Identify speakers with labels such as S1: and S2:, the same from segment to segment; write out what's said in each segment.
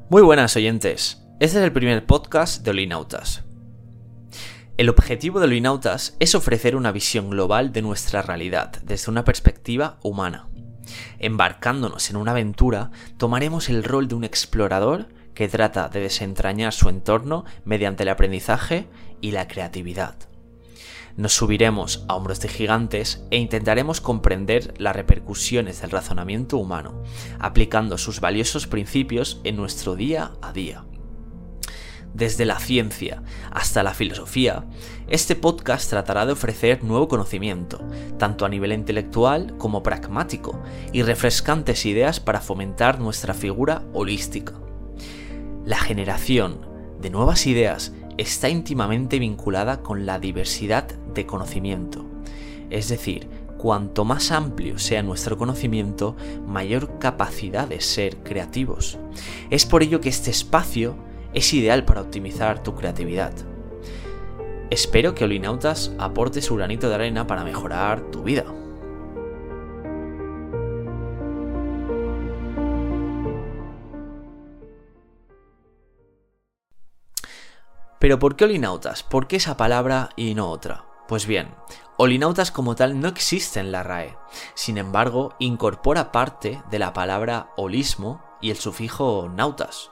S1: Muy buenas oyentes, este es el primer podcast de Olinautas. El objetivo de Olinautas es ofrecer una visión global de nuestra realidad desde una perspectiva humana. Embarcándonos en una aventura, tomaremos el rol de un explorador que trata de desentrañar su entorno mediante el aprendizaje y la creatividad. Nos subiremos a hombros de gigantes e intentaremos comprender las repercusiones del razonamiento humano, aplicando sus valiosos principios en nuestro día a día. Desde la ciencia hasta la filosofía, este podcast tratará de ofrecer nuevo conocimiento, tanto a nivel intelectual como pragmático, y refrescantes ideas para fomentar nuestra figura holística. La generación de nuevas ideas está íntimamente vinculada con la diversidad de conocimiento. Es decir, cuanto más amplio sea nuestro conocimiento, mayor capacidad de ser creativos. Es por ello que este espacio es ideal para optimizar tu creatividad. Espero que Olinautas aporte su granito de arena para mejorar tu vida. Pero ¿por qué Olinautas? ¿Por qué esa palabra y no otra? Pues bien, Olinautas como tal no existe en la RAE. Sin embargo, incorpora parte de la palabra holismo y el sufijo nautas.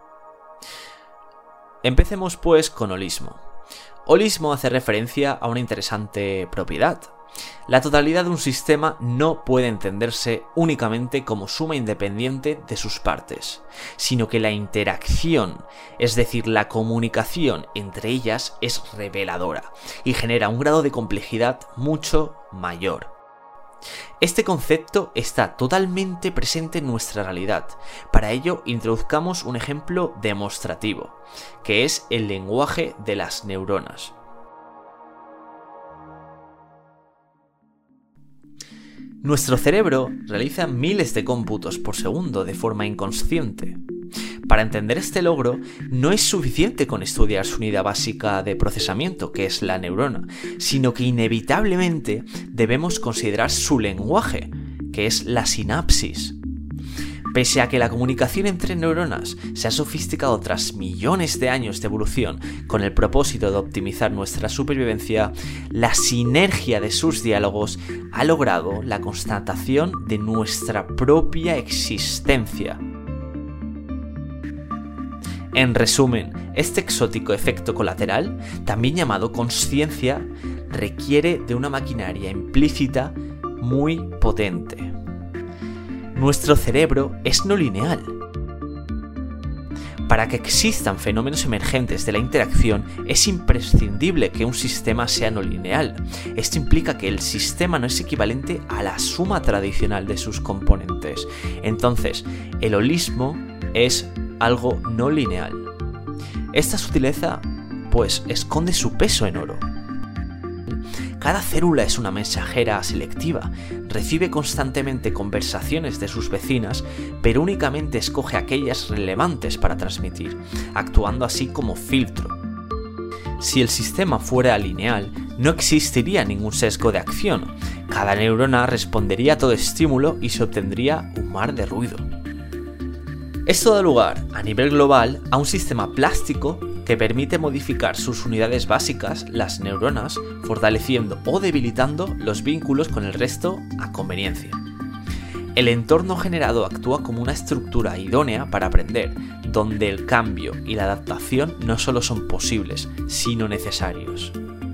S1: Empecemos pues con holismo. Holismo hace referencia a una interesante propiedad. La totalidad de un sistema no puede entenderse únicamente como suma independiente de sus partes, sino que la interacción, es decir, la comunicación entre ellas es reveladora y genera un grado de complejidad mucho mayor. Este concepto está totalmente presente en nuestra realidad. Para ello, introduzcamos un ejemplo demostrativo, que es el lenguaje de las neuronas. Nuestro cerebro realiza miles de cómputos por segundo de forma inconsciente. Para entender este logro, no es suficiente con estudiar su unidad básica de procesamiento, que es la neurona, sino que inevitablemente debemos considerar su lenguaje, que es la sinapsis. Pese a que la comunicación entre neuronas se ha sofisticado tras millones de años de evolución con el propósito de optimizar nuestra supervivencia, la sinergia de sus diálogos ha logrado la constatación de nuestra propia existencia. En resumen, este exótico efecto colateral, también llamado consciencia, requiere de una maquinaria implícita muy potente. Nuestro cerebro es no lineal. Para que existan fenómenos emergentes de la interacción, es imprescindible que un sistema sea no lineal. Esto implica que el sistema no es equivalente a la suma tradicional de sus componentes. Entonces, el holismo es algo no lineal. Esta sutileza, pues, esconde su peso en oro. Cada célula es una mensajera selectiva, recibe constantemente conversaciones de sus vecinas, pero únicamente escoge aquellas relevantes para transmitir, actuando así como filtro. Si el sistema fuera lineal, no existiría ningún sesgo de acción. Cada neurona respondería a todo estímulo y se obtendría un mar de ruido. Esto da lugar, a nivel global, a un sistema plástico que permite modificar sus unidades básicas, las neuronas, fortaleciendo o debilitando los vínculos con el resto a conveniencia. El entorno generado actúa como una estructura idónea para aprender, donde el cambio y la adaptación no solo son posibles, sino necesarios.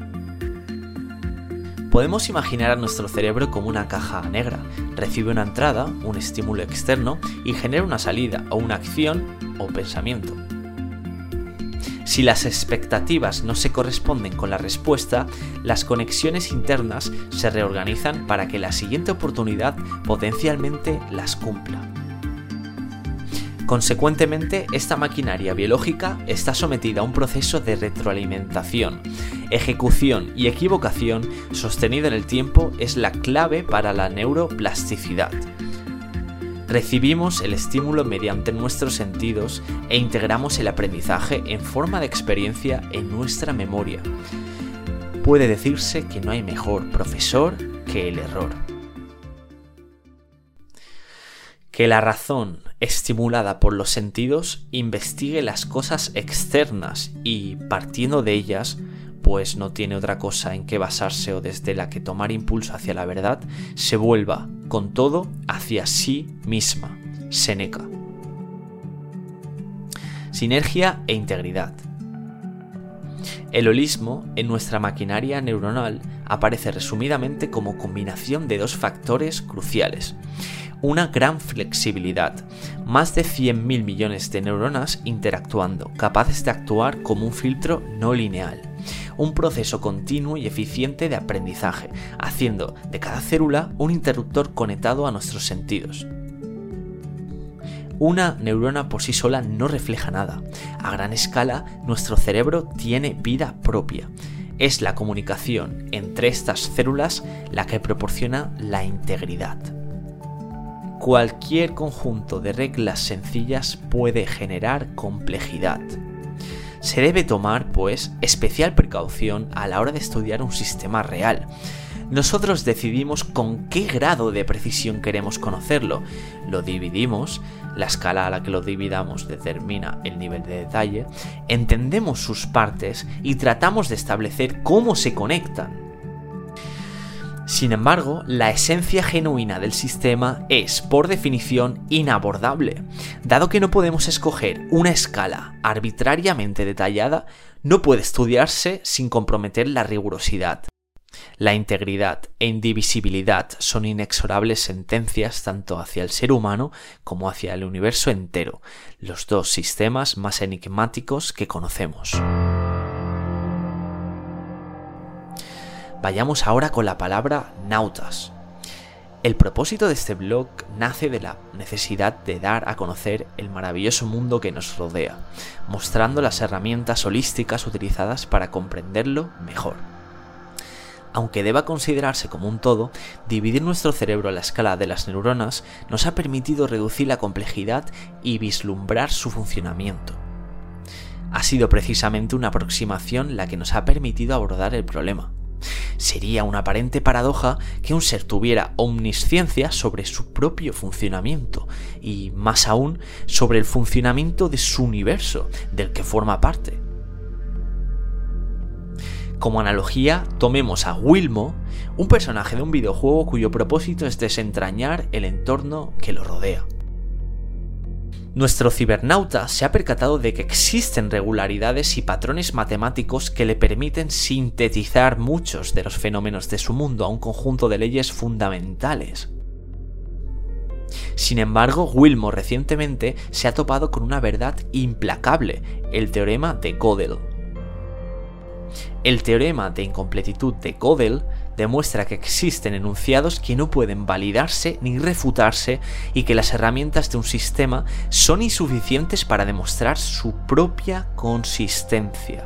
S1: Podemos imaginar a nuestro cerebro como una caja negra. Recibe una entrada, un estímulo externo, y genera una salida o una acción o pensamiento. Si las expectativas no se corresponden con la respuesta, las conexiones internas se reorganizan para que la siguiente oportunidad potencialmente las cumpla. Consecuentemente, esta maquinaria biológica está sometida a un proceso de retroalimentación. Ejecución y equivocación sostenida en el tiempo es la clave para la neuroplasticidad. Recibimos el estímulo mediante nuestros sentidos e integramos el aprendizaje en forma de experiencia en nuestra memoria. Puede decirse que no hay mejor profesor que el error. que la razón, estimulada por los sentidos, investigue las cosas externas y, partiendo de ellas, pues no tiene otra cosa en que basarse o desde la que tomar impulso hacia la verdad, se vuelva, con todo, hacia sí misma. Séneca. Sinergia e integridad. El holismo en nuestra maquinaria neuronal aparece resumidamente como combinación de dos factores cruciales. Una gran flexibilidad, más de 100.000 millones de neuronas interactuando, capaces de actuar como un filtro no lineal. Un proceso continuo y eficiente de aprendizaje, haciendo de cada célula un interruptor conectado a nuestros sentidos. Una neurona por sí sola no refleja nada. A gran escala, nuestro cerebro tiene vida propia. Es la comunicación entre estas células la que proporciona la integridad. Cualquier conjunto de reglas sencillas puede generar complejidad. Se debe tomar, pues, especial precaución a la hora de estudiar un sistema real. Nosotros decidimos con qué grado de precisión queremos conocerlo. Lo dividimos, la escala a la que lo dividamos determina el nivel de detalle, entendemos sus partes y tratamos de establecer cómo se conectan. Sin embargo, la esencia genuina del sistema es, por definición, inabordable. Dado que no podemos escoger una escala arbitrariamente detallada, no puede estudiarse sin comprometer la rigurosidad. La integridad e indivisibilidad son inexorables sentencias tanto hacia el ser humano como hacia el universo entero, los dos sistemas más enigmáticos que conocemos. Vayamos ahora con la palabra nautas. El propósito de este blog nace de la necesidad de dar a conocer el maravilloso mundo que nos rodea, mostrando las herramientas holísticas utilizadas para comprenderlo mejor. Aunque deba considerarse como un todo, dividir nuestro cerebro a la escala de las neuronas nos ha permitido reducir la complejidad y vislumbrar su funcionamiento. Ha sido precisamente una aproximación la que nos ha permitido abordar el problema. Sería una aparente paradoja que un ser tuviera omnisciencia sobre su propio funcionamiento y, más aún, sobre el funcionamiento de su universo, del que forma parte. Como analogía, tomemos a Wilmo, un personaje de un videojuego cuyo propósito es desentrañar el entorno que lo rodea. Nuestro cibernauta se ha percatado de que existen regularidades y patrones matemáticos que le permiten sintetizar muchos de los fenómenos de su mundo a un conjunto de leyes fundamentales. Sin embargo, Wilmo recientemente se ha topado con una verdad implacable, el teorema de Gödel. El teorema de incompletitud de Gödel demuestra que existen enunciados que no pueden validarse ni refutarse y que las herramientas de un sistema son insuficientes para demostrar su propia consistencia.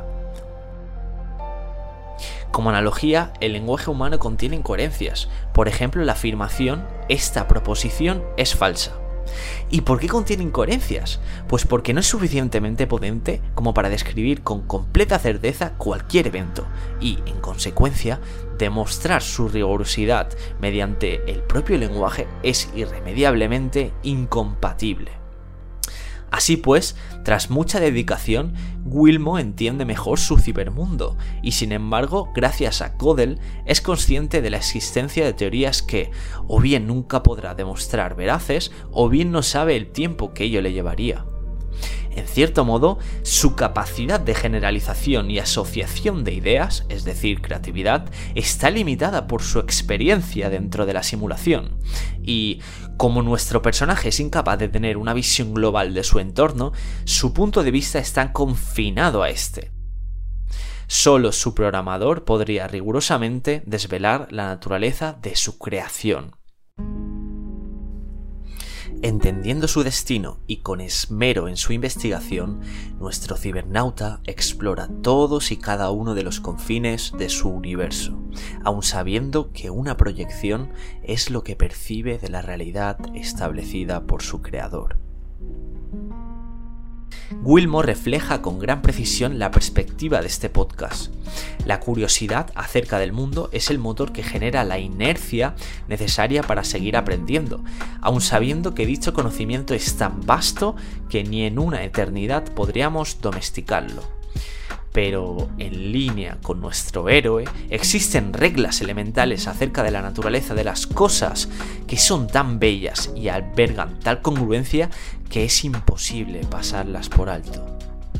S1: Como analogía, el lenguaje humano contiene incoherencias. Por ejemplo, la afirmación "esta proposición es falsa". ¿Y por qué contiene incoherencias? Pues porque no es suficientemente potente como para describir con completa certeza cualquier evento y, en consecuencia, demostrar su rigurosidad mediante el propio lenguaje es irremediablemente incompatible. Así pues, tras mucha dedicación, Wilmo entiende mejor su cibermundo y, sin embargo, gracias a Gödel, es consciente de la existencia de teorías que o bien nunca podrá demostrar veraces o bien no sabe el tiempo que ello le llevaría. En cierto modo, su capacidad de generalización y asociación de ideas, es decir, creatividad, está limitada por su experiencia dentro de la simulación. Y, como nuestro personaje es incapaz de tener una visión global de su entorno, su punto de vista está confinado a este. Solo su programador podría rigurosamente desvelar la naturaleza de su creación. Entendiendo su destino y con esmero en su investigación, nuestro cibernauta explora todos y cada uno de los confines de su universo, aun sabiendo que una proyección es lo que percibe de la realidad establecida por su creador. Wilmore refleja con gran precisión la perspectiva de este podcast. La curiosidad acerca del mundo es el motor que genera la inercia necesaria para seguir aprendiendo, aun sabiendo que dicho conocimiento es tan vasto que ni en una eternidad podríamos domesticarlo. Pero en línea con nuestro héroe, existen reglas elementales acerca de la naturaleza de las cosas que son tan bellas y albergan tal congruencia que es imposible pasarlas por alto.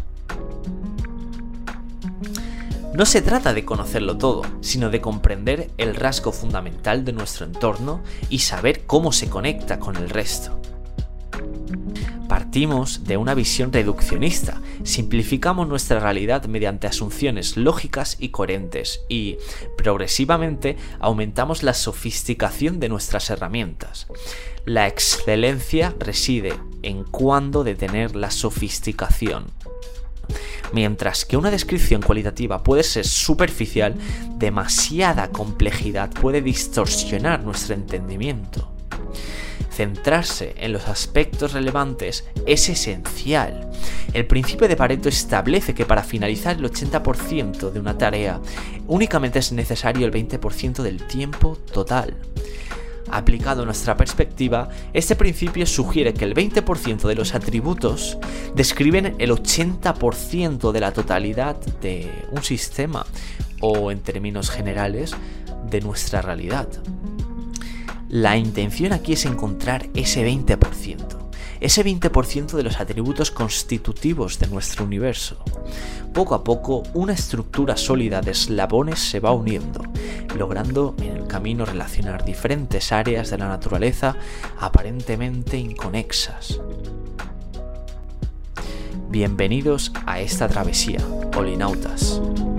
S1: No se trata de conocerlo todo, sino de comprender el rasgo fundamental de nuestro entorno y saber cómo se conecta con el resto. Partimos de una visión reduccionista, simplificamos nuestra realidad mediante asunciones lógicas y coherentes y, progresivamente, aumentamos la sofisticación de nuestras herramientas. La excelencia reside en cuándo detener la sofisticación. Mientras que una descripción cualitativa puede ser superficial, demasiada complejidad puede distorsionar nuestro entendimiento. Centrarse en los aspectos relevantes es esencial. El principio de Pareto establece que para finalizar el 80% de una tarea únicamente es necesario el 20% del tiempo total. Aplicado a nuestra perspectiva, este principio sugiere que el 20% de los atributos describen el 80% de la totalidad de un sistema o, en términos generales, de nuestra realidad. La intención aquí es encontrar ese 20% de los atributos constitutivos de nuestro universo. Poco a poco, una estructura sólida de eslabones se va uniendo, logrando en el camino relacionar diferentes áreas de la naturaleza aparentemente inconexas. Bienvenidos a esta travesía, olinautas.